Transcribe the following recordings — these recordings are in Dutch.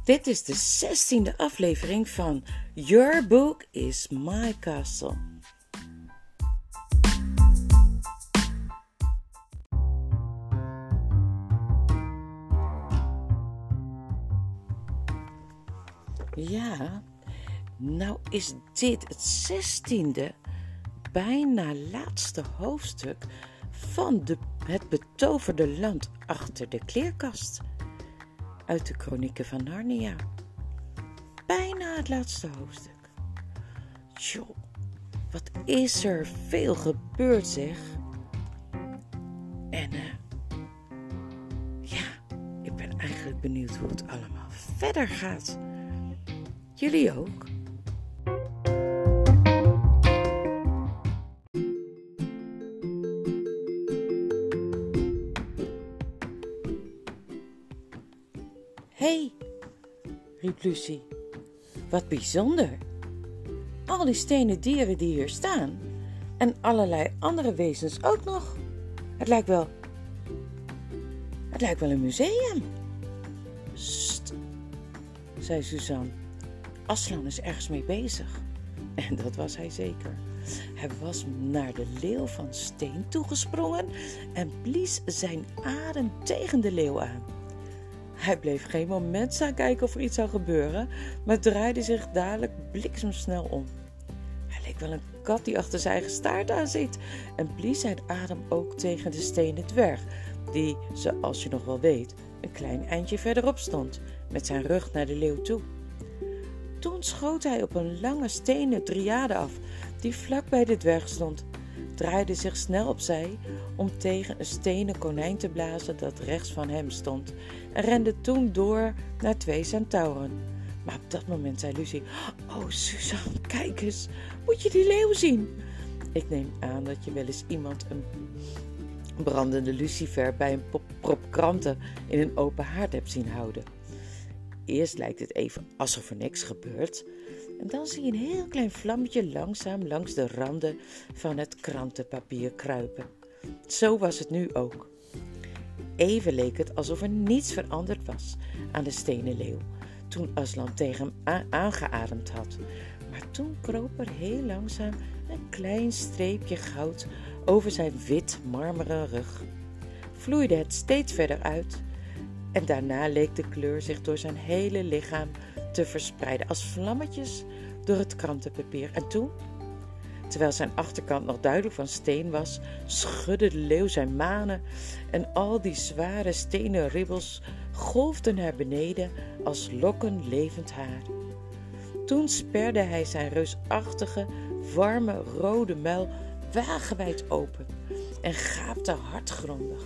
Dit is de 16e aflevering van Your Book is My Castle. Ja, nou is dit het 16e, bijna laatste hoofdstuk van het betoverde land achter de kleerkast. Uit de Kronieken van Narnia. Bijna het laatste hoofdstuk. Tjoh, wat is er veel gebeurd zeg. En ik ben eigenlijk benieuwd hoe het allemaal verder gaat. Jullie ook? Hé, riep Lucie. Wat bijzonder. Al die stenen dieren die hier staan en allerlei andere wezens ook nog. Het lijkt wel een museum. Sst, zei Suzanne. Aslan is ergens mee bezig. En dat was hij zeker. Hij was naar de leeuw van steen toegesprongen en blies zijn adem tegen de leeuw aan. Hij bleef geen moment staan kijken of er iets zou gebeuren, maar draaide zich dadelijk bliksemsnel om. Hij leek wel een kat die achter zijn eigen staart aan zit en blies zijn adem ook tegen de stenen dwerg, die, zoals je nog wel weet, een klein eindje verderop stond, met zijn rug naar de leeuw toe. Toen schoot hij op een lange stenen driade af, die vlak bij de dwerg stond, draaide zich snel opzij om tegen een stenen konijn te blazen dat rechts van hem stond en rende toen door naar 2 centauren. Maar op dat moment zei Lucie: "Oh Suzanne, kijk eens, moet je die leeuw zien?" Ik neem aan dat je wel eens iemand een brandende lucifer bij een prop kranten in een open haard hebt zien houden. Eerst lijkt het even alsof er niks gebeurt. En dan zie je een heel klein vlammetje langzaam langs de randen van het krantenpapier kruipen. Zo was het nu ook. Even leek het alsof er niets veranderd was aan de stenen leeuw toen Aslan tegen hem aangeademd had. Maar toen kroop er heel langzaam een klein streepje goud over zijn wit marmeren rug. Vloeide het steeds verder uit en daarna leek de kleur zich door zijn hele lichaam te verspreiden als vlammetjes door het krantenpapier. En toen, terwijl zijn achterkant nog duidelijk van steen was, schudde de leeuw zijn manen en al die zware stenen ribbels golfden naar beneden als lokken levend haar. Toen sperde hij zijn reusachtige, warme, rode muil wagenwijd open en gaapte hardgrondig.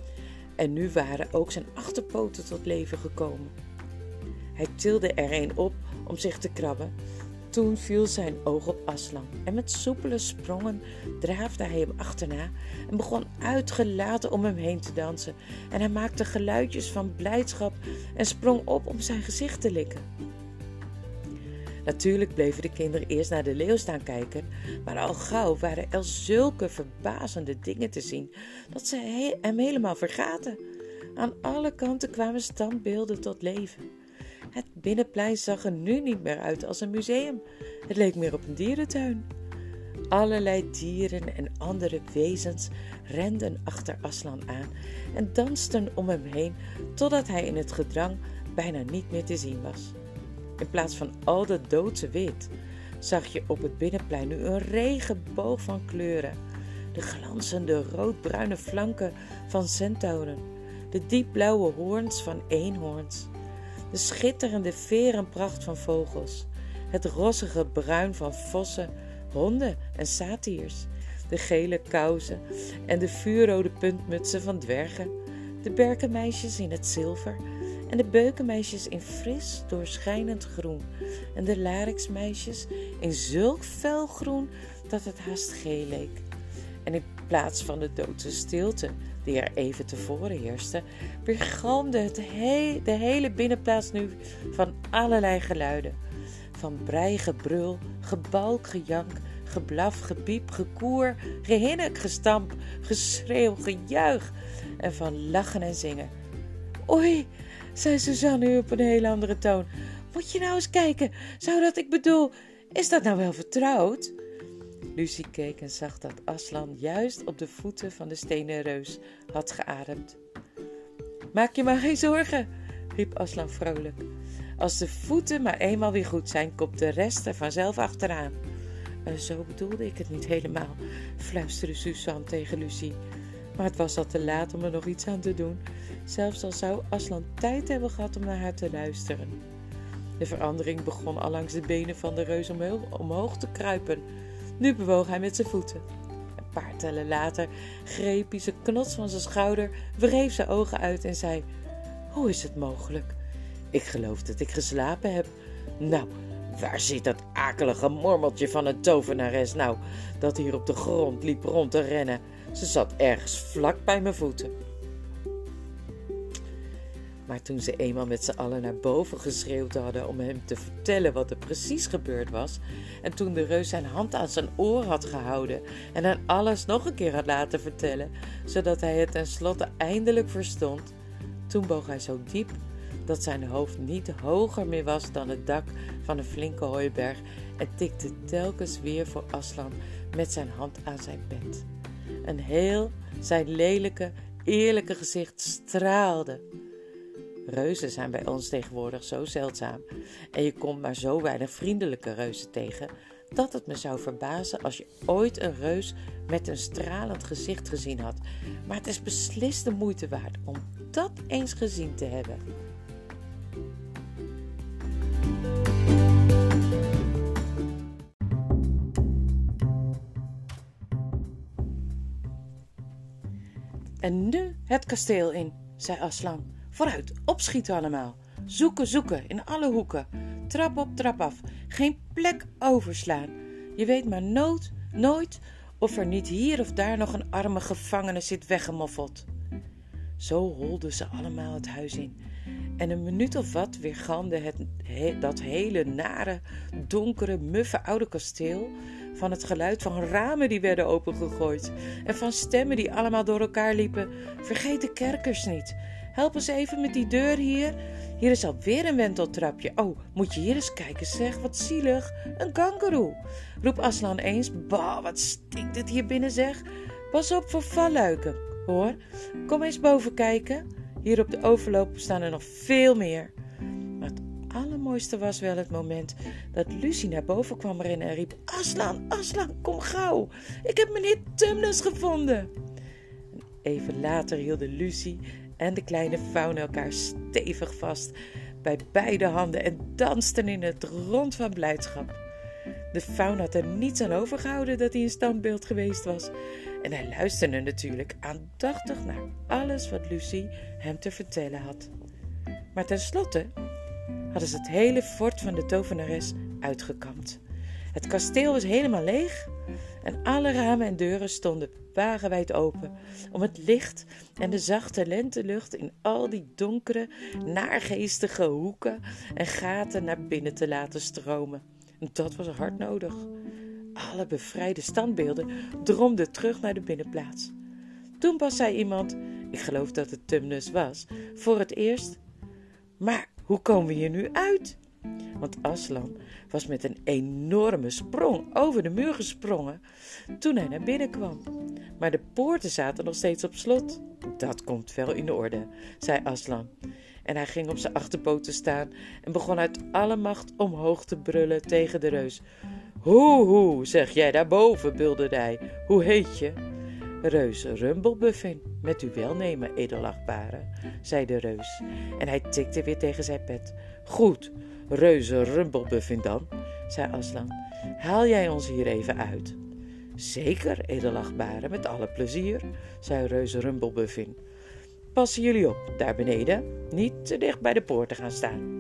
En nu waren ook zijn achterpoten tot leven gekomen. Hij tilde er een op om zich te krabben. Toen viel zijn oog op Aslan en met soepele sprongen draafde hij hem achterna en begon uitgelaten om hem heen te dansen. En hij maakte geluidjes van blijdschap en sprong op om zijn gezicht te likken. Natuurlijk bleven de kinderen eerst naar de leeuw staan kijken, maar al gauw waren er zulke verbazende dingen te zien dat ze hem helemaal vergaten. Aan alle kanten kwamen standbeelden tot leven. Het binnenplein zag er nu niet meer uit als een museum. Het leek meer op een dierentuin. Allerlei dieren en andere wezens renden achter Aslan aan en dansten om hem heen totdat hij in het gedrang bijna niet meer te zien was. In plaats van al dat doodse wit zag je op het binnenplein nu een regenboog van kleuren. De glanzende roodbruine flanken van centauren, de diepblauwe hoorns van eenhoorns, de schitterende verenpracht van vogels, het rossige bruin van vossen, honden en satiers, de gele kousen en de vuurrode puntmutsen van dwergen, de berkenmeisjes in het zilver en de beukenmeisjes in fris doorschijnend groen en de lariksmeisjes in zulk fel groen dat het haast geel leek. En in plaats van de doodse stilte die er even tevoren heerste, weergalmde de hele binnenplaats nu van allerlei geluiden. Van brei, gebrul, gebalk, gejank, geblaf, gepiep, gekoer, gehinnik, gestamp, geschreeuw, gejuich en van lachen en zingen. Oei, zei Suzanne nu op een hele andere toon. Moet je nou eens kijken, is dat nou wel vertrouwd? Lucie keek en zag dat Aslan juist op de voeten van de stenen reus had geademd. Maak je maar geen zorgen, riep Aslan vrolijk. Als de voeten maar eenmaal weer goed zijn, komt de rest er vanzelf achteraan. Zo bedoelde ik het niet helemaal, fluisterde Suzanne tegen Lucie. Maar het was al te laat om er nog iets aan te doen, zelfs al zou Aslan tijd hebben gehad om naar haar te luisteren. De verandering begon al langs de benen van de reus omhoog te kruipen. Nu bewoog hij met zijn voeten. Een paar tellen later greep hij zijn knots van zijn schouder, wreef zijn ogen uit en zei: hoe is het mogelijk? Ik geloof dat ik geslapen heb. Nou, waar zit dat akelige mormeltje van een tovenares nou, dat hier op de grond liep rond te rennen? Ze zat ergens vlak bij mijn voeten. Maar toen ze eenmaal met z'n allen naar boven geschreeuwd hadden om hem te vertellen wat er precies gebeurd was, en toen de reus zijn hand aan zijn oor had gehouden en hen alles nog een keer had laten vertellen, zodat hij het tenslotte eindelijk verstond, toen boog hij zo diep dat zijn hoofd niet hoger meer was dan het dak van een flinke hooiberg en tikte telkens weer voor Aslan met zijn hand aan zijn bed. En heel zijn lelijke, eerlijke gezicht straalde. Reuzen zijn bij ons tegenwoordig zo zeldzaam en je komt maar zo weinig vriendelijke reuzen tegen, dat het me zou verbazen als je ooit een reus met een stralend gezicht gezien had. Maar het is beslist de moeite waard om dat eens gezien te hebben. En nu het kasteel in, zei Aslan. Vooruit, opschieten allemaal. Zoeken, in alle hoeken. Trap op, trap af. Geen plek overslaan. Je weet maar nooit of er niet hier of daar nog een arme gevangene zit weggemoffeld. Zo holden ze allemaal het huis in. En een minuut of wat weergalmde dat hele nare, donkere, muffe oude kasteel van het geluid van ramen die werden opengegooid en van stemmen die allemaal door elkaar liepen. Vergeet de kerkers niet. Help eens even met die deur hier. Hier is alweer een wenteltrapje. Oh, moet je hier eens kijken, zeg, wat zielig. Een kangoeroe. Roep Aslan eens. Bah, wat stinkt het hier binnen, zeg. Pas op voor valluiken, hoor. Kom eens boven kijken. Hier op de overloop staan er nog veel meer. Maar het allermooiste was wel het moment dat Lucie naar boven kwam rennen en riep: Aslan, kom gauw. Ik heb meneer Tumnus gevonden. En even later hielden Lucie en de kleine faun elkaar stevig vast bij beide handen en dansten in het rond van blijdschap. De faun had er niets aan overgehouden dat hij een standbeeld geweest was. En hij luisterde natuurlijk aandachtig naar alles wat Lucie hem te vertellen had. Maar tenslotte hadden ze het hele fort van de tovenares uitgekamd. Het kasteel was helemaal leeg en alle ramen en deuren stonden wagenwijd open om het licht en de zachte lentelucht in al die donkere, naargeestige hoeken en gaten naar binnen te laten stromen. En dat was hard nodig. Alle bevrijde standbeelden dromden terug naar de binnenplaats. Toen pas zei iemand, ik geloof dat het Tumnus was, voor het eerst: maar hoe komen we hier nu uit? Want Aslan was met een enorme sprong over de muur gesprongen toen hij naar binnen kwam. Maar de poorten zaten nog steeds op slot. Dat komt wel in orde, zei Aslan. En hij ging op zijn achterpoten staan en begon uit alle macht omhoog te brullen tegen de reus. Hoe, zeg jij daarboven, bulderde hij. Hoe heet je? Reus Rumblebuffin, met uw welnemen, edelachtbare, zei de reus. En hij tikte weer tegen zijn pet. Goed, Reuze Rumblebuffin dan, zei Aslan. Haal jij ons hier even uit? Zeker, edelachtbare, met alle plezier, zei Reuze Rumblebuffin. Passen jullie op, daar beneden, niet te dicht bij de poort te gaan staan.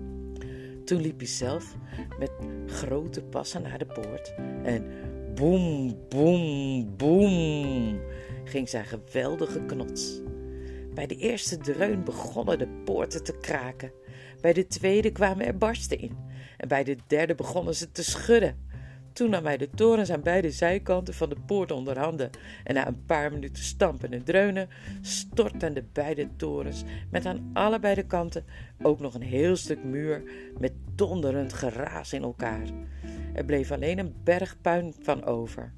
Toen liep hij zelf met grote passen naar de poort en boem, boem, boem ging zijn geweldige knots. Bij de eerste dreun begonnen de poorten te kraken. Bij de tweede kwamen er barsten in en bij de derde begonnen ze te schudden. Toen nam hij de torens aan beide zijkanten van de poort onder handen en na een paar minuten stampen en dreunen stortten de beide torens met aan allebei de kanten ook nog een heel stuk muur met donderend geraas in elkaar. Er bleef alleen een berg puin van over.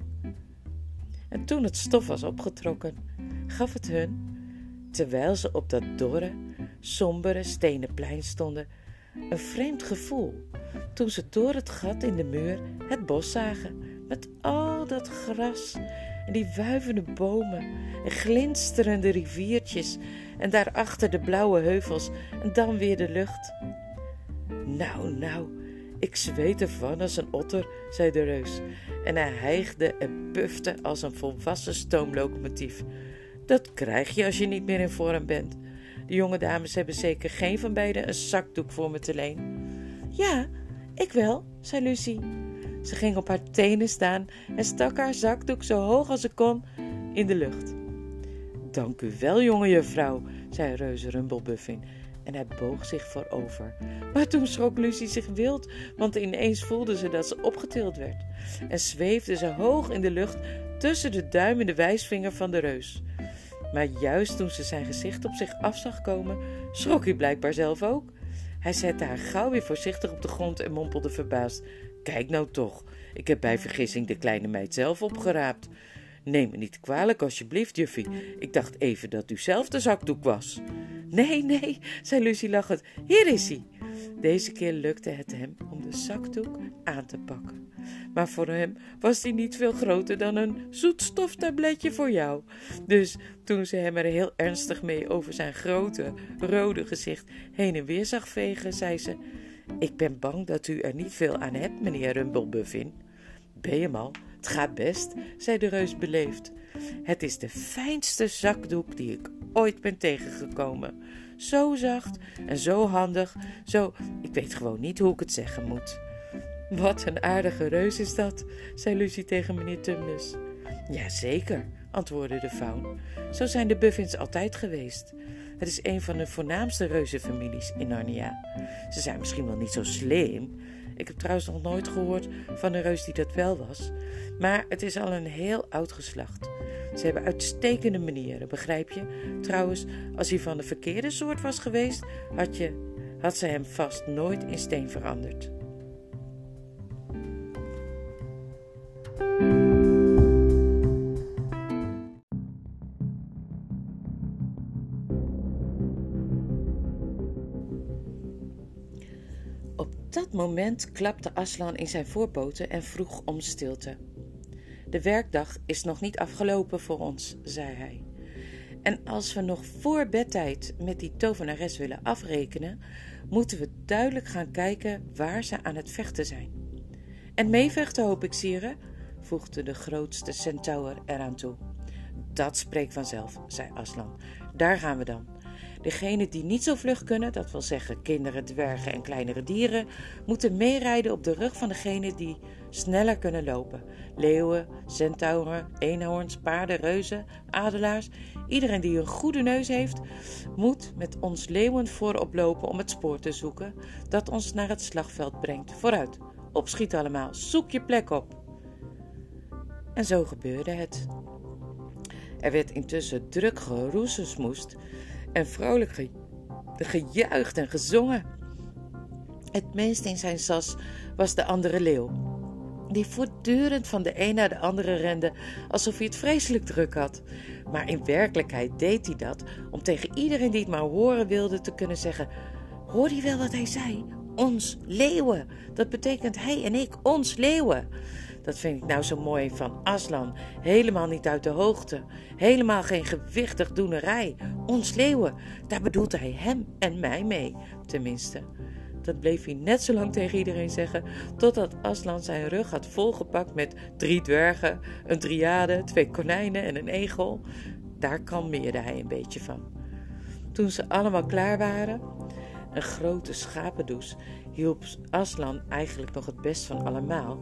En toen het stof was opgetrokken, gaf het hun, terwijl ze op dat dorre, sombere stenen plein stonden, een vreemd gevoel toen ze door het gat in de muur het bos zagen met al dat gras en die wuivende bomen en glinsterende riviertjes en daarachter de blauwe heuvels en dan weer de lucht. Nou, ik zweet ervan als een otter, zei de reus, en hij hijgde en pufte als een volwassen stoomlocomotief. Dat krijg je als je niet meer in vorm bent. De jonge dames hebben zeker geen van beiden een zakdoek voor me te leen. Ja, ik wel, zei Lucie. Ze ging op haar tenen staan en stak haar zakdoek zo hoog als ze kon in de lucht. Dank u wel, jonge juffrouw, zei reuze Rumblebuffin en hij boog zich voorover. Maar toen schrok Lucie zich wild, want ineens voelde ze dat ze opgetild werd en zweefde ze hoog in de lucht tussen de duim en de wijsvinger van de reus. Maar juist toen ze zijn gezicht op zich af zag komen, schrok hij blijkbaar zelf ook. Hij zette haar gauw weer voorzichtig op de grond en mompelde verbaasd: Kijk nou toch, ik heb bij vergissing de kleine meid zelf opgeraapt. Neem me niet kwalijk alsjeblieft, juffie. Ik dacht even dat u zelf de zakdoek was. Nee, zei Lucie lachend. Hier is hij. Deze keer lukte het hem om de zakdoek aan te pakken. Maar voor hem was die niet veel groter dan een zoetstoftabletje voor jou. Dus toen ze hem er heel ernstig mee over zijn grote, rode gezicht heen en weer zag vegen, zei ze: Ik ben bang dat u er niet veel aan hebt, meneer Rumblebuffin. Ben je mal? Het gaat best, zei de reus beleefd. Het is de fijnste zakdoek die ik ooit ben tegengekomen. Zo zacht en zo handig, ik weet gewoon niet hoe ik het zeggen moet. Wat een aardige reus is dat, zei Lucie tegen meneer Tumnus. Jazeker, antwoordde de faun. Zo zijn de Buffins altijd geweest. Het is een van de voornaamste reuzenfamilies in Narnia. Ze zijn misschien wel niet zo slim. Ik heb trouwens nog nooit gehoord van een reus die dat wel was. Maar het is al een heel oud geslacht. Ze hebben uitstekende manieren, begrijp je? Trouwens, als hij van de verkeerde soort was geweest, had ze hem vast nooit in steen veranderd. Op dat moment klapte Aslan in zijn voorpoten en vroeg om stilte. De werkdag is nog niet afgelopen voor ons, zei hij. En als we nog voor bedtijd met die tovenares willen afrekenen, moeten we duidelijk gaan kijken waar ze aan het vechten zijn. En meevechten, hoop ik, sire, voegde de grootste centaur eraan toe. Dat spreekt vanzelf, zei Aslan. Daar gaan we dan. Degenen die niet zo vlug kunnen, dat wil zeggen kinderen, dwergen en kleinere dieren, moeten meerijden op de rug van degenen die sneller kunnen lopen. Leeuwen, centauren, eenhoorns, paarden, reuzen, adelaars. Iedereen die een goede neus heeft, moet met ons leeuwen voorop lopen om het spoor te zoeken dat ons naar het slagveld brengt. Vooruit, opschiet allemaal, zoek je plek op. En zo gebeurde het. Er werd intussen druk geroezesmoest en vrolijk gejuicht en gezongen. Het meest in zijn sas was de andere leeuw, die voortdurend van de een naar de andere rende, alsof hij het vreselijk druk had. Maar in werkelijkheid deed hij dat om tegen iedereen die het maar horen wilde te kunnen zeggen: Hoor je wel wat hij zei? Ons leeuwen. Dat betekent hij en ik, ons leeuwen. Dat vind ik nou zo mooi van Aslan. Helemaal niet uit de hoogte. Helemaal geen gewichtig doenerij. Ons leeuwen. Daar bedoelt hij hem en mij mee. Tenminste, dat bleef hij net zo lang tegen iedereen zeggen, totdat Aslan zijn rug had volgepakt met 3 dwergen, een driade, 2 konijnen en een egel. Daar kalmeerde hij een beetje van. Toen ze allemaal klaar waren, een grote schapendoes hielp Aslan eigenlijk nog het best van allemaal,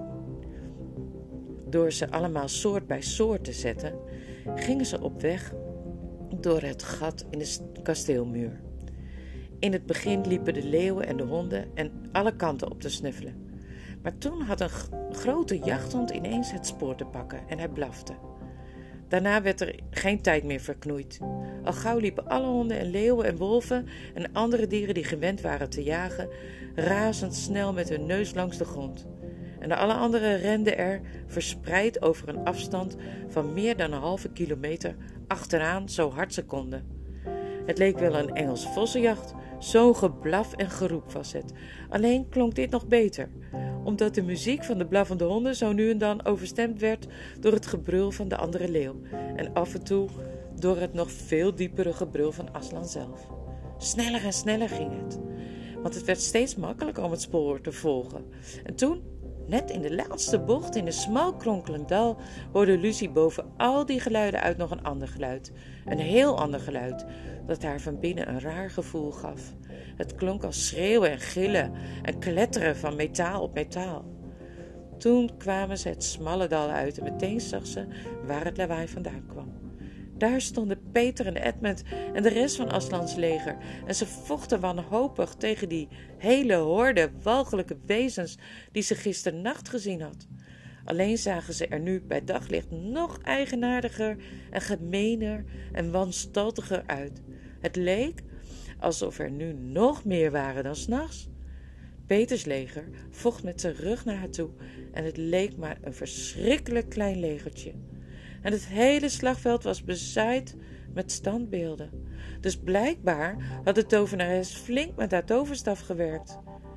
door ze allemaal soort bij soort te zetten, gingen ze op weg door het gat in de kasteelmuur. In het begin liepen de leeuwen en de honden en alle kanten op te snuffelen. Maar toen had een grote jachthond ineens het spoor te pakken en hij blafte. Daarna werd er geen tijd meer verknoeid. Al gauw liepen alle honden en leeuwen en wolven en andere dieren die gewend waren te jagen, razendsnel met hun neus langs de grond. En alle anderen renden er, verspreid over een afstand van meer dan een halve kilometer, achteraan zo hard ze konden. Het leek wel een Engelse vossenjacht, zo'n geblaf en geroep was het. Alleen klonk dit nog beter, omdat de muziek van de blaffende honden zo nu en dan overstemd werd door het gebrul van de andere leeuw en af en toe door het nog veel diepere gebrul van Aslan zelf. Sneller en sneller ging het, want het werd steeds makkelijker om het spoor te volgen. En toen, net in de laatste bocht in een smal kronkelend dal, hoorde Lucie boven al die geluiden uit nog een ander geluid. Een heel ander geluid, dat haar van binnen een raar gevoel gaf. Het klonk als schreeuwen en gillen en kletteren van metaal op metaal. Toen kwamen ze het smalle dal uit en meteen zag ze waar het lawaai vandaan kwam. Daar stonden Peter en Edmund en de rest van Aslans leger en ze vochten wanhopig tegen die hele horde walgelijke wezens die ze gisternacht gezien had. Alleen zagen ze er nu bij daglicht nog eigenaardiger en gemener en wanstaltiger uit. Het leek alsof er nu nog meer waren dan 's nachts. Peters leger vocht met zijn rug naar haar toe en het leek maar een verschrikkelijk klein legertje. En het hele slagveld was bezaaid met standbeelden. Dus blijkbaar had de tovenares flink met haar toverstaf gewerkt.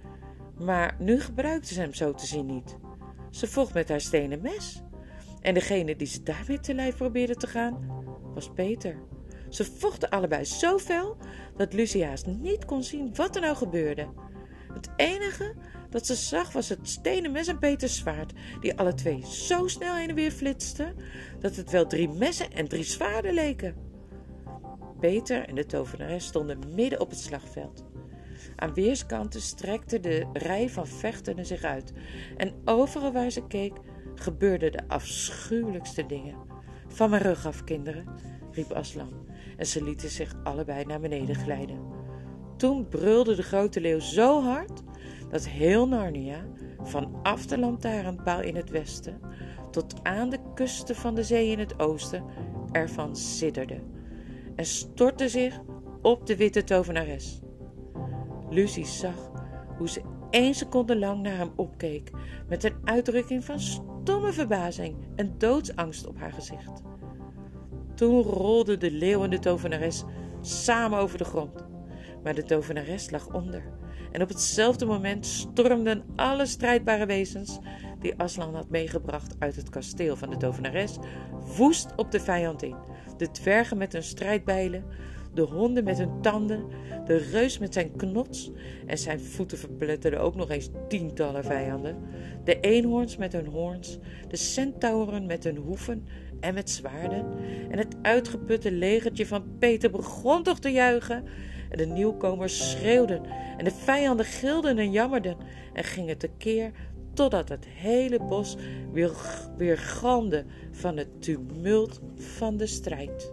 Maar nu gebruikte ze hem zo te zien niet. Ze vocht met haar stenen mes. En degene die ze daarmee te lijf probeerde te gaan, was Peter. Ze vochten allebei zo fel dat Lucie haast niet kon zien wat er nou gebeurde. Het enige dat ze zag was het stenen mes en Peters zwaard, die alle twee zo snel heen en weer flitsten, dat het wel 3 messen en 3 zwaarden leken. Peter en de tovenares stonden midden op het slagveld. Aan weerskanten strekte de rij van vechtenden zich uit, en overal waar ze keek, gebeurden de afschuwelijkste dingen. Van mijn rug af, kinderen, riep Aslan, en ze lieten zich allebei naar beneden glijden. Toen brulde de grote leeuw zo hard dat heel Narnia, vanaf de lantaarnpaal in het westen tot aan de kusten van de zee in het oosten, ervan sidderde en stortte zich op de witte tovenares. Lucie zag hoe ze 1 seconde lang naar hem opkeek, met een uitdrukking van stomme verbazing en doodsangst op haar gezicht. Toen rolden de leeuw en de tovenares samen over de grond, maar de tovenares lag onder. En op hetzelfde moment stormden alle strijdbare wezens die Aslan had meegebracht uit het kasteel van de tovenares woest op de vijand in. De dwergen met hun strijdbijlen, de honden met hun tanden, de reus met zijn knots en zijn voeten verpletterden ook nog eens tientallen vijanden, de eenhoorns met hun hoorns, de centauren met hun hoeven en met zwaarden, en het uitgeputte legertje van Peter begon toch te juichen. En de nieuwkomers schreeuwden en de vijanden gilden en jammerden en gingen tekeer totdat het hele bos weer galmde van het tumult van de strijd.